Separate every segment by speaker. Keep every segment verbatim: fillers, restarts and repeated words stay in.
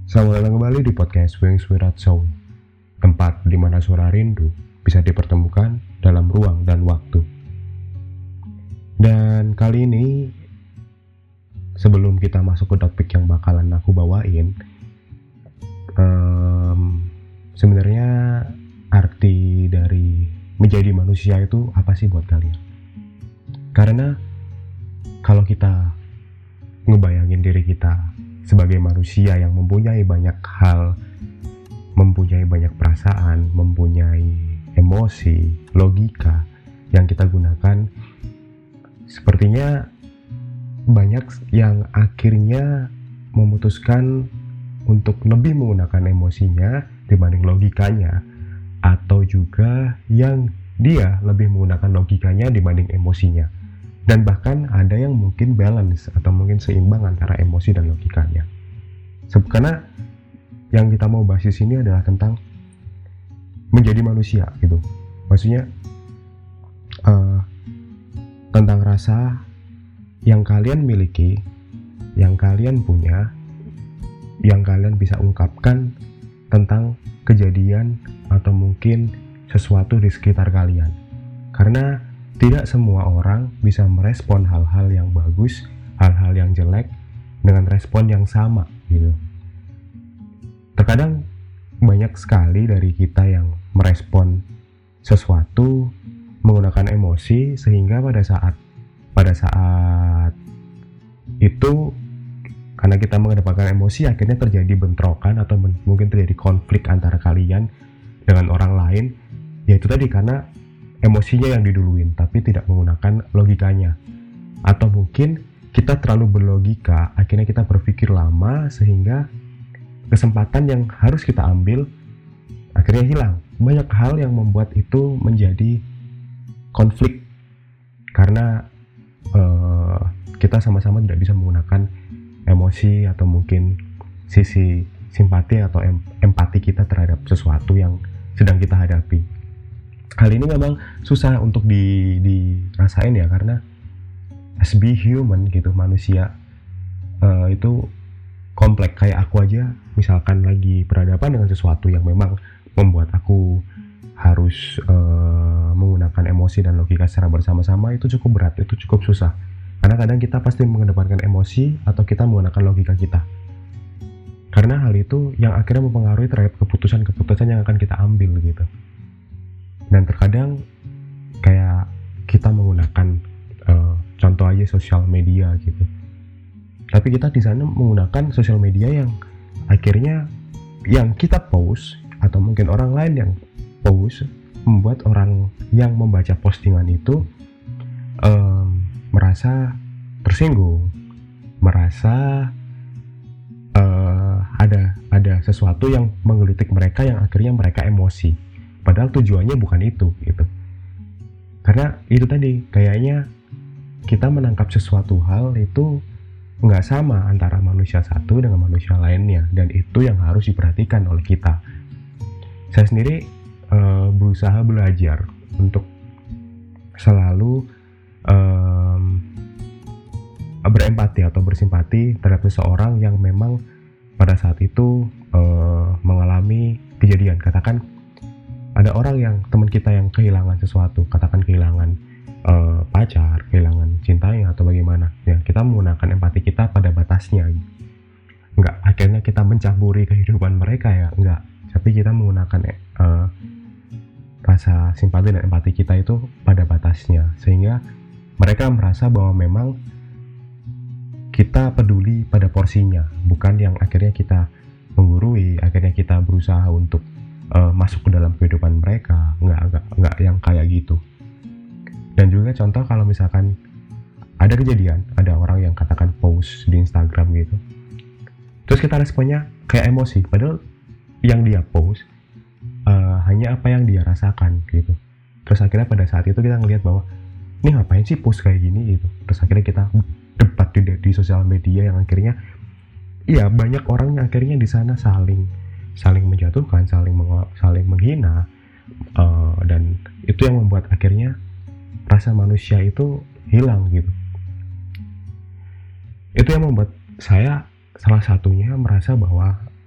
Speaker 1: Selamat datang kembali di podcast Wings Without Sound, tempat di mana suara rindu bisa dipertemukan dalam ruang dan waktu. Dan kali ini, sebelum kita masuk ke topik yang bakalan aku bawain, um, sebenarnya arti dari menjadi manusia itu apa sih buat kalian? Karena kalau kita ngebayangin diri kita sebagai manusia yang mempunyai banyak hal, mempunyai banyak perasaan, mempunyai emosi, logika yang kita gunakan, sepertinya banyak yang akhirnya memutuskan untuk lebih menggunakan emosinya dibanding logikanya, atau juga yang dia lebih menggunakan logikanya dibanding emosinya. Dan bahkan ada yang mungkin balance atau mungkin seimbang antara emosi dan logikanya. Karena yang kita mau bahas di sini adalah tentang menjadi manusia gitu. Maksudnya uh, tentang rasa yang kalian miliki, yang kalian punya, yang kalian bisa ungkapkan tentang kejadian atau mungkin sesuatu di sekitar kalian. Karena tidak semua orang bisa merespon hal-hal yang bagus, hal-hal yang jelek dengan respon yang sama gitu. Terkadang banyak sekali dari kita yang merespon sesuatu menggunakan emosi, sehingga pada saat pada saat itu karena kita mengedepankan emosi, akhirnya terjadi bentrokan atau men- mungkin terjadi konflik antara kalian dengan orang lain. Yaitu tadi karena emosinya yang diduluin, tapi tidak menggunakan logikanya. Atau mungkin kita terlalu berlogika, akhirnya kita berpikir lama sehingga kesempatan yang harus kita ambil akhirnya hilang. Banyak hal yang membuat itu menjadi konflik karena uh, kita sama-sama tidak bisa menggunakan emosi atau mungkin sisi simpati atau em- empati kita terhadap sesuatu yang sedang kita hadapi. Hal ini memang susah untuk di, dirasain ya, karena as be human gitu, manusia uh, itu kompleks. Kayak aku aja misalkan lagi berhadapan dengan sesuatu yang memang membuat aku harus uh, menggunakan emosi dan logika secara bersama-sama, itu cukup berat, itu cukup susah. Karena kadang kita pasti mengedepankan emosi atau kita menggunakan logika kita. Karena hal itu yang akhirnya mempengaruhi terhadap keputusan-keputusan yang akan kita ambil gitu. Dan terkadang kayak kita menggunakan uh, contoh aja sosial media gitu. Tapi kita di sana menggunakan sosial media yang akhirnya yang kita post atau mungkin orang lain yang post membuat orang yang membaca postingan itu um, merasa tersinggung, merasa uh, ada ada sesuatu yang menggelitik mereka yang akhirnya mereka emosi. Padahal tujuannya bukan itu gitu. Karena itu tadi, kayaknya kita menangkap sesuatu hal itu nggak sama antara manusia satu dengan manusia lainnya, dan itu yang harus diperhatikan oleh kita. Saya sendiri uh, berusaha belajar untuk selalu um, berempati atau bersimpati terhadap seseorang yang memang pada saat itu uh, mengalami kejadian. Katakan ada orang yang teman kita yang kehilangan sesuatu, katakan kehilangan uh, pacar, kehilangan cintanya atau bagaimana, ya kita menggunakan empati kita pada batasnya. Enggak akhirnya kita mencampuri kehidupan mereka ya, enggak. Tapi kita menggunakan uh, rasa simpati dan empati kita itu pada batasnya, sehingga mereka merasa bahwa memang kita peduli pada porsinya, bukan yang akhirnya kita menggurui, akhirnya kita berusaha untuk Uh, masuk ke dalam kehidupan mereka. Nggak, nggak, nggak yang kayak gitu. Dan juga contoh kalau misalkan ada kejadian, ada orang yang katakan post di Instagram gitu, terus kita responnya kayak emosi, padahal yang dia post uh, hanya apa yang dia rasakan gitu. Terus akhirnya pada saat itu kita ngelihat bahwa ini ngapain sih post kayak gini gitu. Terus akhirnya kita debat di, di sosial media yang akhirnya iya banyak orang yang akhirnya di sana saling saling menjatuhkan, saling meng- saling menghina, uh, dan itu yang membuat akhirnya rasa manusia itu hilang gitu. Itu yang membuat saya salah satunya merasa bahwa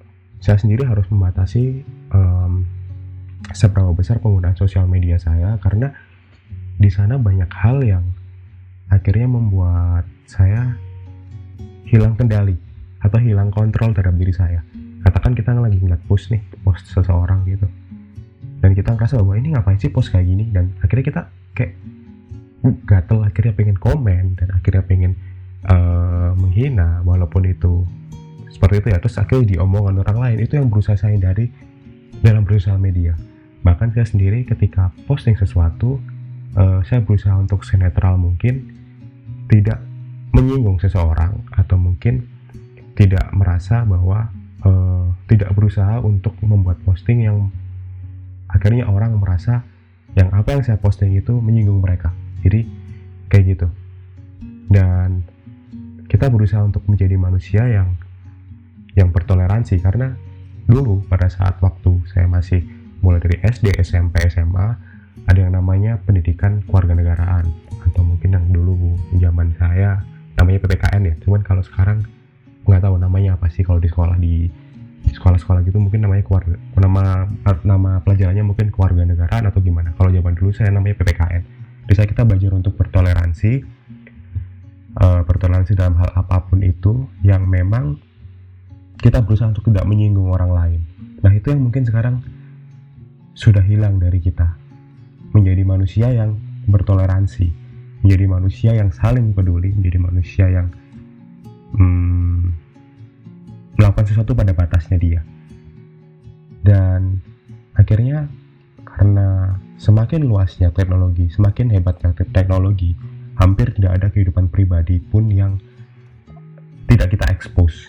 Speaker 1: saya sendiri harus membatasi um, seberapa besar penggunaan sosial media saya, karena di sana banyak hal yang akhirnya membuat saya hilang kendali atau hilang kontrol terhadap diri saya. Katakan kita lagi ngeliat post nih, post seseorang gitu, dan kita ngerasa bahwa ini ngapain sih post kayak gini, dan akhirnya kita kayak gatel, akhirnya pengen komen dan akhirnya pengen uh, menghina walaupun itu seperti itu ya, terus akhirnya diomongan orang lain. Itu yang berusaha saya hindari dalam bersosial media. Bahkan saya sendiri ketika posting sesuatu, uh, saya berusaha untuk senetral mungkin, tidak menyinggung seseorang, atau mungkin tidak merasa bahwa uh, tidak berusaha untuk membuat posting yang akhirnya orang merasa yang apa yang saya posting itu menyinggung mereka. Jadi kayak gitu. Dan kita berusaha untuk menjadi manusia yang yang bertoleransi, karena dulu pada saat waktu saya masih mulai dari S D, S M P, S M A, ada yang namanya pendidikan kewarganegaraan, atau mungkin yang dulu zaman saya namanya P P K N ya. Cuman kalau sekarang nggak tahu namanya apa sih kalau di sekolah, di sekolah-sekolah gitu mungkin namanya keluarga, nama nama pelajarannya mungkin kewarganegaraan atau gimana. Kalau zaman dulu saya namanya P P K N. Di sana kita belajar untuk bertoleransi, uh, bertoleransi dalam hal apapun itu yang memang kita berusaha untuk tidak menyinggung orang lain. Nah, itu yang mungkin sekarang sudah hilang dari kita. Menjadi manusia yang bertoleransi, menjadi manusia yang saling peduli, menjadi manusia yang hmm, melakukan sesuatu pada batasnya dia. Dan akhirnya karena semakin luasnya teknologi, semakin hebatnya teknologi, hampir tidak ada kehidupan pribadi pun yang tidak kita expose.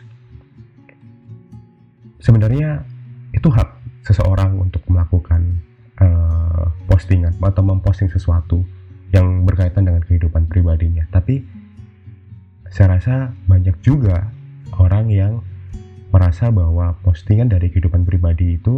Speaker 1: Sebenarnya itu hak seseorang untuk melakukan uh, postingan atau memposting sesuatu yang berkaitan dengan kehidupan pribadinya. Tapi saya rasa banyak juga orang yang merasa bahwa postingan dari kehidupan pribadi itu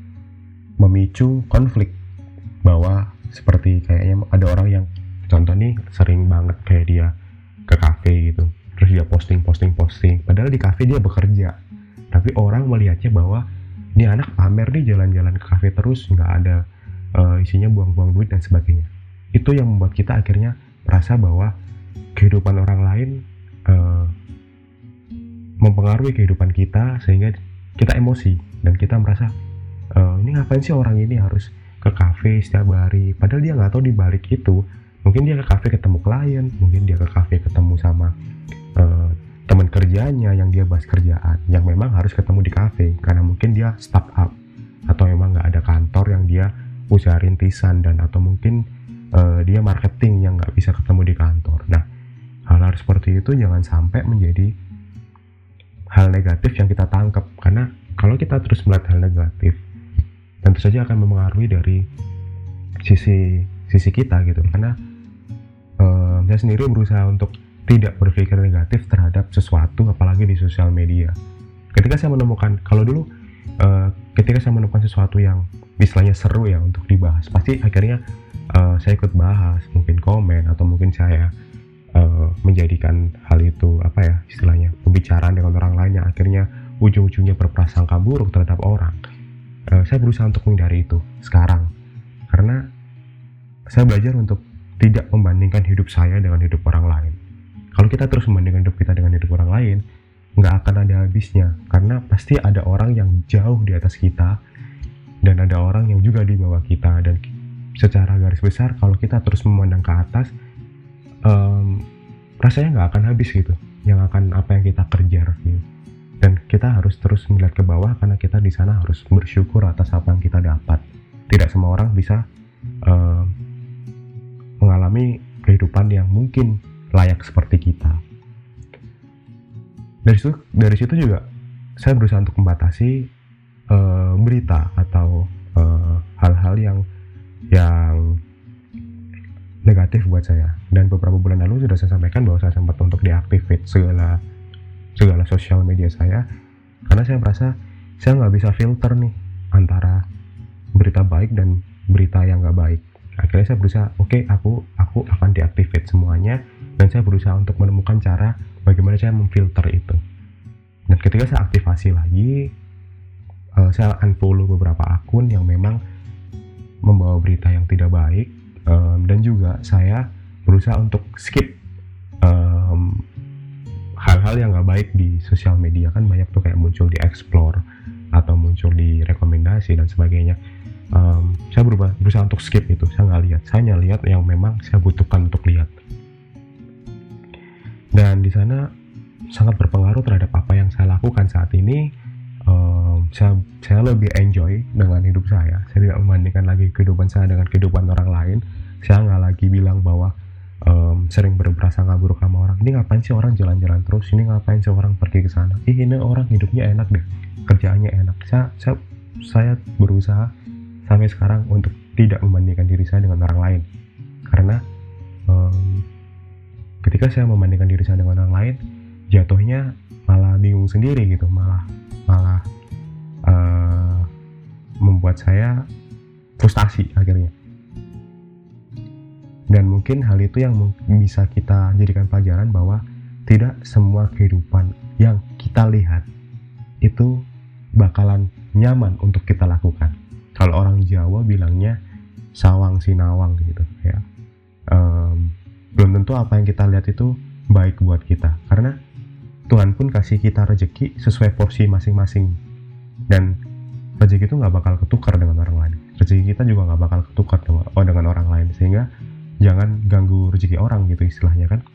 Speaker 1: memicu konflik, bahwa seperti kayaknya ada orang yang contoh nih sering banget kayak dia ke kafe gitu, terus dia posting posting posting padahal di kafe dia bekerja, tapi orang melihatnya bahwa ini anak pamer nih jalan-jalan ke kafe terus, nggak ada uh, isinya buang-buang duit dan sebagainya. Itu yang membuat kita akhirnya merasa bahwa kehidupan orang lain uh, mempengaruhi kehidupan kita, sehingga kita emosi dan kita merasa Uh, ini ngapain sih orang ini harus ke kafe setiap hari, padahal dia nggak tahu di balik itu mungkin dia ke kafe ketemu klien, mungkin dia ke kafe ketemu sama uh, teman kerjanya yang dia bahas kerjaan, yang memang harus ketemu di kafe karena mungkin dia startup atau memang nggak ada kantor yang dia usaha rintisan, dan atau mungkin uh, dia marketing yang nggak bisa ketemu di kantor. Nah, hal-hal seperti itu jangan sampai menjadi hal negatif yang kita tangkap, karena kalau kita terus melihat hal negatif, tentu saja akan mempengaruhi dari sisi sisi kita gitu. Karena um, saya sendiri berusaha untuk tidak berpikir negatif terhadap sesuatu, apalagi di sosial media. Ketika saya menemukan, kalau dulu uh, ketika saya menemukan sesuatu yang istilahnya seru ya untuk dibahas, pasti akhirnya uh, saya ikut bahas, mungkin komen, atau mungkin saya uh, menjadikan hal itu apa ya istilahnya pembicaraan dengan orang lain yang akhirnya ujung-ujungnya berprasangka buruk terhadap orang. Uh, saya berusaha untuk menghindari itu sekarang, karena saya belajar untuk tidak membandingkan hidup saya dengan hidup orang lain. Kalau kita terus membandingkan hidup kita dengan hidup orang lain, nggak akan ada habisnya, karena pasti ada orang yang jauh di atas kita dan ada orang yang juga di bawah kita. Dan secara garis besar, kalau kita terus memandang ke atas, um, rasanya nggak akan habis gitu, yang akan apa yang kita kejar gitu. Dan kita harus terus melihat ke bawah, karena kita di sana harus bersyukur atas apa yang kita dapat. Tidak semua orang bisa uh, mengalami kehidupan yang mungkin layak seperti kita. Dari situ, dari situ juga saya berusaha untuk membatasi uh, berita atau uh, hal-hal yang yang negatif buat saya. Dan beberapa bulan lalu sudah saya sampaikan bahwa saya sempat untuk deactivate segala segala sosial media saya, karena saya merasa saya nggak bisa filter nih antara berita baik dan berita yang nggak baik. Akhirnya saya berusaha, oke okay, aku aku akan deactivate semuanya, dan saya berusaha untuk menemukan cara bagaimana saya memfilter itu. Dan ketika saya aktifasi lagi, saya unfollow beberapa akun yang memang membawa berita yang tidak baik, um, dan juga saya berusaha untuk skip um, hal-hal yang nggak baik di sosial media. Kan banyak tuh kayak muncul di explore atau muncul di rekomendasi dan sebagainya. Um, saya berubah, berusaha untuk skip itu. Saya nggak lihat, saya hanya lihat yang memang saya butuhkan untuk lihat. Dan di sana sangat berpengaruh terhadap apa yang saya lakukan saat ini. Um, saya, saya lebih enjoy dengan hidup saya. Saya tidak membandingkan lagi kehidupan saya dengan kehidupan orang lain. Saya nggak lagi bilang bahwa um, sering berprasangka buruk sama orang. Ini ngapain sih orang jalan-jalan terus? Ini ngapain sih orang pergi ke sana? Ih, ini orang hidupnya enak deh, kerjaannya enak. Saya, saya, saya berusaha sampai sekarang untuk tidak membandingkan diri saya dengan orang lain. Karena um, ketika saya membandingkan diri saya dengan orang lain, jatuhnya malah bingung sendiri gitu, malah malah uh, membuat saya frustasi akhirnya. Dan mungkin hal itu yang bisa kita jadikan pelajaran bahwa tidak semua kehidupan yang kita lihat itu bakalan nyaman untuk kita lakukan. Kalau orang Jawa bilangnya sawang sinawang gitu ya. Um, belum tentu apa yang kita lihat itu baik buat kita, karena Tuhan pun kasih kita rezeki sesuai porsi masing-masing, dan rezeki itu nggak bakal ketukar dengan orang lain. Rezeki kita juga nggak bakal ketukar dengan, oh, dengan orang lain, sehingga jangan ganggu rezeki orang gitu istilahnya kan.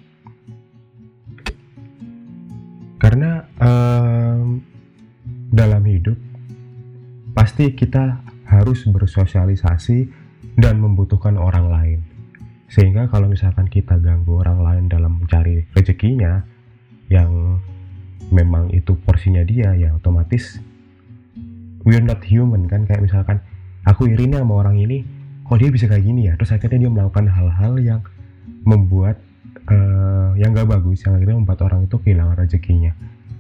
Speaker 1: Karena um, dalam hidup pasti kita harus bersosialisasi dan membutuhkan orang lain. Sehingga kalau misalkan kita ganggu orang lain dalam mencari rezekinya yang memang itu porsinya dia, ya otomatis we're not human kan. Kayak misalkan aku iri nih sama orang ini, kok dia bisa kayak gini ya, terus akhirnya dia melakukan hal-hal yang membuat uh, yang gak bagus, yang akhirnya membuat orang itu kehilangan rezekinya.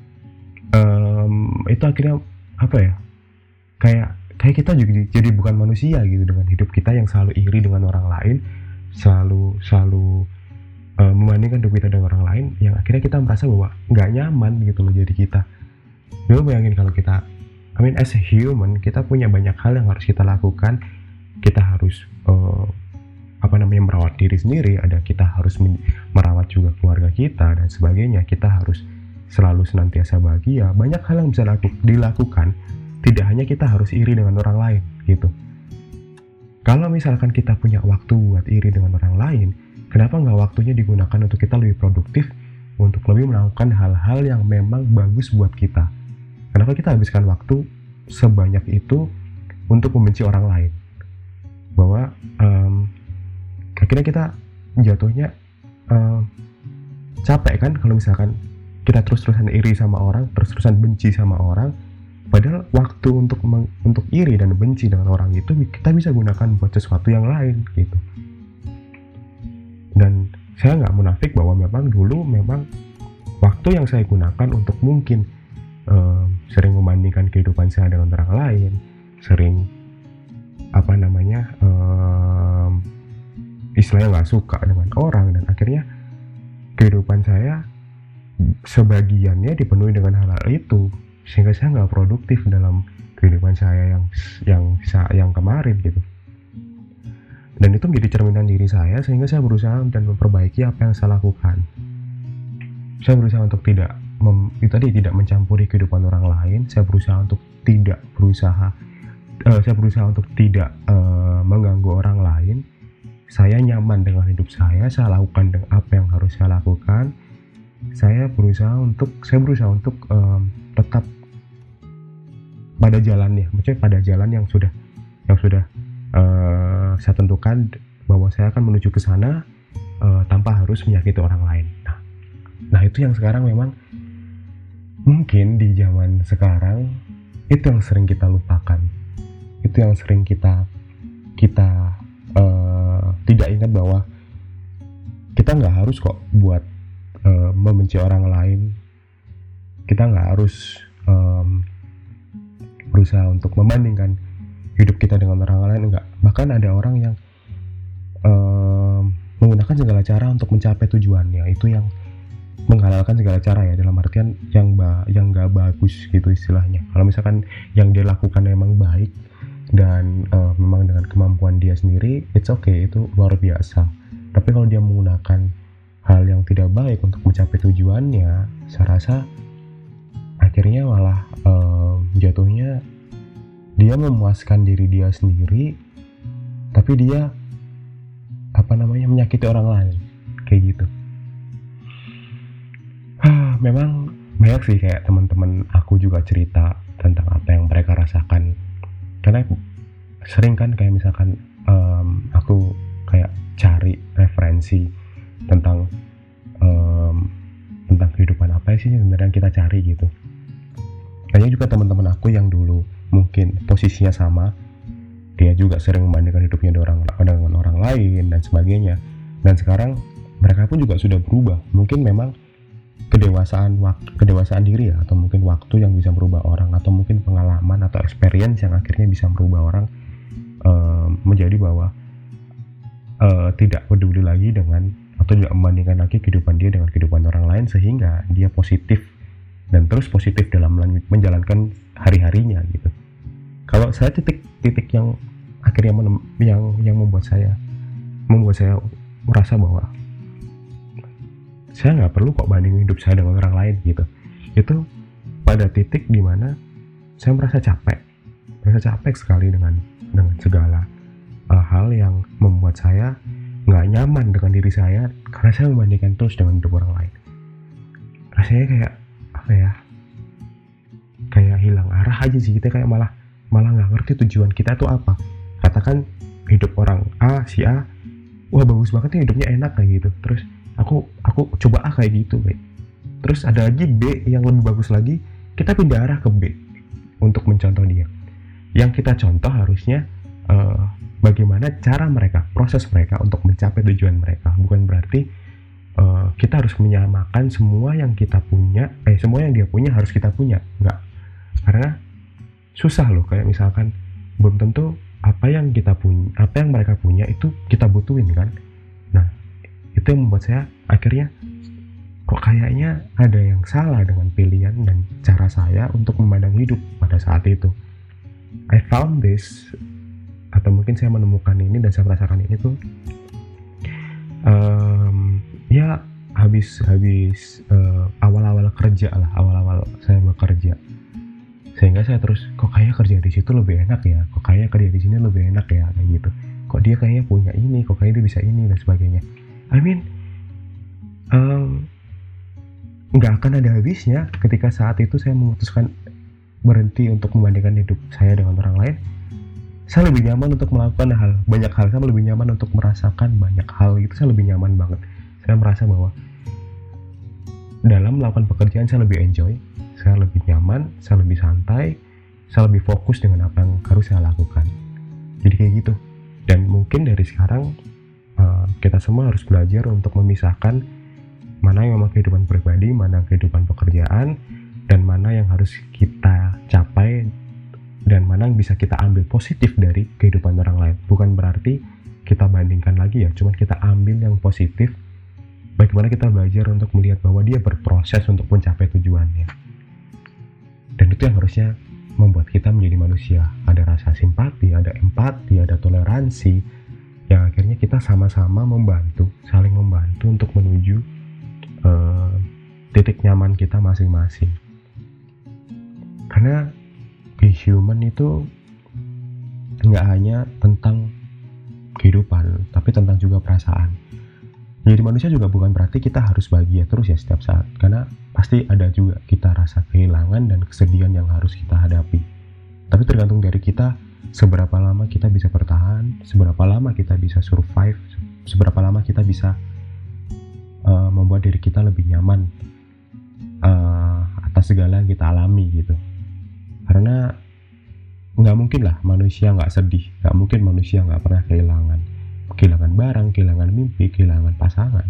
Speaker 1: Um, itu akhirnya apa ya, kayak kayak kita juga jadi bukan manusia gitu dengan hidup kita yang selalu iri dengan orang lain, selalu selalu uh, membandingkan hidup kita dengan orang lain, yang akhirnya kita merasa bahwa nggak nyaman gitu loh jadi kita. Lu bayangin kalau kita, I mean as a human, kita punya banyak hal yang harus kita lakukan. Kita harus uh, apa namanya merawat diri sendiri, ada kita harus men- merawat juga keluarga kita dan sebagainya. Kita harus selalu senantiasa bahagia. Banyak hal yang bisa laku- dilakukan. Tidak hanya kita harus iri dengan orang lain gitu. Kalau misalkan kita punya waktu buat iri dengan orang lain, kenapa nggak waktunya digunakan untuk kita lebih produktif, untuk lebih melakukan hal-hal yang memang bagus buat kita? Kenapa kita habiskan waktu sebanyak itu untuk membenci orang lain? Bahwa um, akhirnya kita jatuhnya um, capek kan kalau misalkan kita terus-terusan iri sama orang, terus-terusan benci sama orang. Padahal waktu untuk meng, untuk iri dan benci dengan orang itu kita bisa gunakan buat sesuatu yang lain gitu. Dan saya nggak munafik bahwa memang dulu memang waktu yang saya gunakan untuk mungkin um, sering membandingkan kehidupan saya dengan orang lain, sering apa namanya um, istilahnya nggak suka dengan orang, dan akhirnya kehidupan saya sebagiannya dipenuhi dengan hal-hal itu, sehingga saya nggak produktif dalam kehidupan saya yang yang yang kemarin gitu. Dan itu menjadi cerminan diri saya, sehingga saya berusaha dan memperbaiki apa yang saya lakukan. Saya berusaha untuk tidak mem, itu tadi tidak mencampuri kehidupan orang lain. Saya berusaha untuk tidak berusaha uh, saya berusaha untuk tidak uh, mengganggu orang lain. Saya nyaman dengan hidup saya. Saya lakukan dengan apa yang harus saya lakukan. Saya berusaha untuk saya berusaha untuk um, tetap pada jalannya, maksudnya pada jalan yang sudah yang sudah uh, saya tentukan bahwa saya akan menuju ke sana uh, tanpa harus menyakiti orang lain. Nah, nah itu yang sekarang memang mungkin di zaman sekarang itu yang sering kita lupakan, itu yang sering kita kita uh, tidak ingat bahwa kita nggak harus kok buat uh, membenci orang lain. Kita nggak harus um, berusaha untuk membandingkan hidup kita dengan orang lain, enggak. Bahkan ada orang yang um, menggunakan segala cara untuk mencapai tujuannya. Itu yang menghalalkan segala cara ya, dalam artian yang ba yang nggak bagus gitu istilahnya. Kalau misalkan yang dia lakukan memang baik dan uh, memang dengan kemampuan dia sendiri, it's okay, itu luar biasa. Tapi kalau dia menggunakan hal yang tidak baik untuk mencapai tujuannya, saya rasa akhirnya malah uh, jatuhnya dia memuaskan diri dia sendiri, tapi dia apa namanya menyakiti orang lain kayak gitu. Memang banyak sih kayak teman-teman aku juga cerita tentang apa yang mereka rasakan, karena sering kan kayak misalkan um, aku kayak cari referensi tentang um, tentang kehidupan apa sih sebenarnya yang kita cari gitu. Banyak juga teman-teman aku yang dulu mungkin posisinya sama, dia juga sering membandingkan hidupnya dengan orang, dengan orang lain dan sebagainya, dan sekarang mereka pun juga sudah berubah. Mungkin memang kedewasaan wak- kedewasaan diri ya, atau mungkin waktu yang bisa merubah orang, atau mungkin pengalaman atau experience yang akhirnya bisa merubah orang uh, menjadi bahwa uh, tidak peduli lagi dengan atau tidak membandingkan lagi kehidupan dia dengan kehidupan orang lain, sehingga dia positif dan terus positif dalam menjalankan hari-harinya gitu. Kalau saya titik-titik yang akhirnya menem- yang yang membuat saya membuat saya merasa bahwa saya nggak perlu kok bandingin hidup saya dengan orang lain gitu. Itu pada titik dimana saya merasa capek, merasa capek sekali dengan dengan segala uh, hal yang membuat saya nggak nyaman dengan diri saya, karena saya membandingkan terus dengan hidup orang lain. Rasanya kayak apa ya? Kayak hilang arah aja sih, kita kayak malah malah nggak ngerti tujuan kita tuh apa. Katakan hidup orang A, si A, wah bagus banget nih hidupnya, enak kayak gitu. Terus aku aku coba A kayak gitu, kayak. Terus ada lagi B yang lebih bagus lagi, kita pindah arah ke B untuk mencontoh dia. Yang kita contoh harusnya uh, bagaimana cara mereka, proses mereka untuk mencapai tujuan mereka. Bukan berarti uh, kita harus menyamakan semua yang kita punya, eh semua yang dia punya harus kita punya, enggak. Karena susah loh, kayak misalkan belum tentu apa yang kita punya, apa yang mereka punya itu kita butuhin kan. Nah, itu yang membuat saya akhirnya kok kayaknya ada yang salah dengan pilihan dan cara saya untuk memandang hidup pada saat itu. I found this, atau mungkin saya menemukan ini dan saya merasakan ini tuh um, ya habis habis uh, awal-awal kerja lah, awal-awal saya bekerja, sehingga saya terus kok kayaknya kerja di situ lebih enak ya, kok kayaknya kerja di sini lebih enak ya, kayak gitu. Kok dia kayaknya punya ini, kok kayaknya dia bisa ini dan sebagainya. I mean, um, nggak akan ada habisnya ketika saat itu saya memutuskan berhenti untuk membandingkan hidup saya dengan orang lain. Saya lebih nyaman untuk melakukan hal, banyak hal, saya lebih nyaman untuk merasakan banyak hal, itu saya lebih nyaman banget. Saya merasa bahwa dalam melakukan pekerjaan saya lebih enjoy, saya lebih nyaman, saya lebih santai, saya lebih fokus dengan apa yang harus saya lakukan. Jadi kayak gitu. Dan mungkin dari sekarang uh, kita semua harus belajar untuk memisahkan mana yang memang kehidupan pribadi, mana kehidupan pekerjaan, dan mana yang harus kita capai, dan mana yang bisa kita ambil positif dari kehidupan orang lain. Bukan berarti kita bandingkan lagi ya, cuman kita ambil yang positif. Bagaimana kita belajar untuk melihat bahwa dia berproses untuk mencapai tujuannya. Dan itu yang harusnya membuat kita menjadi manusia. Ada rasa simpati, ada empati, ada toleransi, yang akhirnya kita sama-sama membantu, saling membantu untuk menuju uh, titik nyaman kita masing-masing. Karena be human itu nggak hanya tentang kehidupan, tapi tentang juga perasaan. Menjadi manusia juga bukan berarti kita harus bahagia terus ya setiap saat, karena pasti ada juga kita rasa kehilangan dan kesedihan yang harus kita hadapi. Tapi tergantung dari kita, seberapa lama kita bisa bertahan, seberapa lama kita bisa survive, seberapa lama kita bisa uh, membuat diri kita lebih nyaman uh, atas segala yang kita alami gitu. Karena nggak mungkin lah manusia nggak sedih, nggak mungkin manusia nggak pernah kehilangan. Kehilangan barang, kehilangan mimpi, kehilangan pasangan.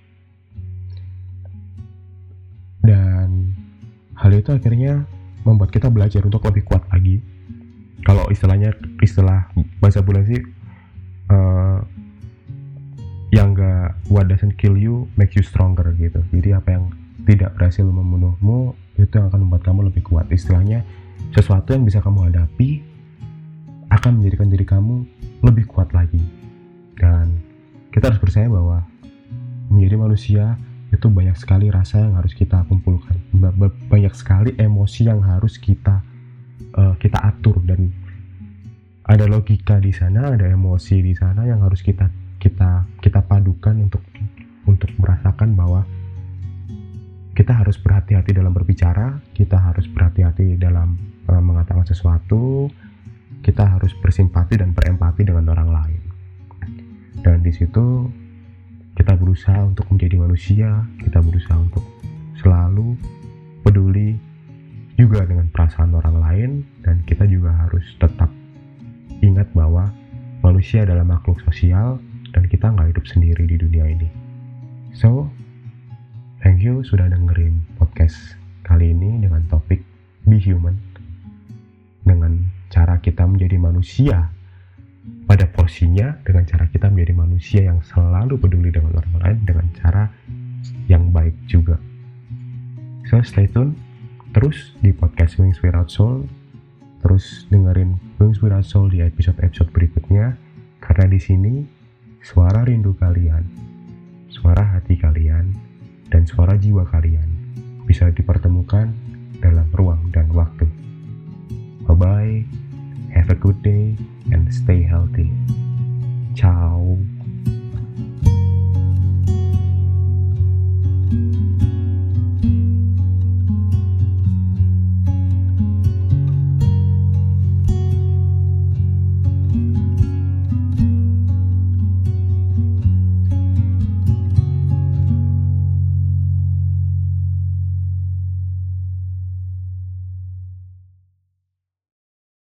Speaker 1: Dan hal itu akhirnya membuat kita belajar untuk lebih kuat lagi. Kalau istilahnya, istilah bahasa bulan sih, uh, yang gak, what doesn't kill you makes you stronger gitu. Jadi apa yang tidak berhasil membunuhmu, itu yang akan membuat kamu lebih kuat. Istilahnya, sesuatu yang bisa kamu hadapi akan menjadikan diri kamu lebih kuat lagi. Dan kita harus percaya bahwa menjadi manusia itu banyak sekali rasa yang harus kita kumpulkan, banyak sekali emosi yang harus kita uh, kita atur, dan ada logika di sana, ada emosi di sana yang harus kita kita kita padukan untuk untuk merasakan bahwa kita harus berhati-hati dalam berbicara, kita harus berhati-hati dalam uh, mengatakan sesuatu, kita harus bersimpati dan berempati dengan orang lain. Dan di situ kita berusaha untuk menjadi manusia, kita berusaha untuk selalu peduli juga dengan perasaan orang lain, dan kita juga harus tetap ingat bahwa manusia adalah makhluk sosial dan kita nggak hidup sendiri di dunia ini. So, thank you sudah dengerin podcast kali ini dengan topik Be Human, dengan cara kita menjadi manusia pada porsinya, dengan cara kita menjadi manusia yang selalu peduli dengan orang lain dengan cara yang baik juga. So stay tune terus di podcast Wings Without Soul, terus dengerin Wings Without Soul di episode-episode berikutnya, karena di sini suara rindu kalian, suara hati kalian, dan suara jiwa kalian bisa dipertemukan dalam ruang dan waktu. Bye bye, have a good day.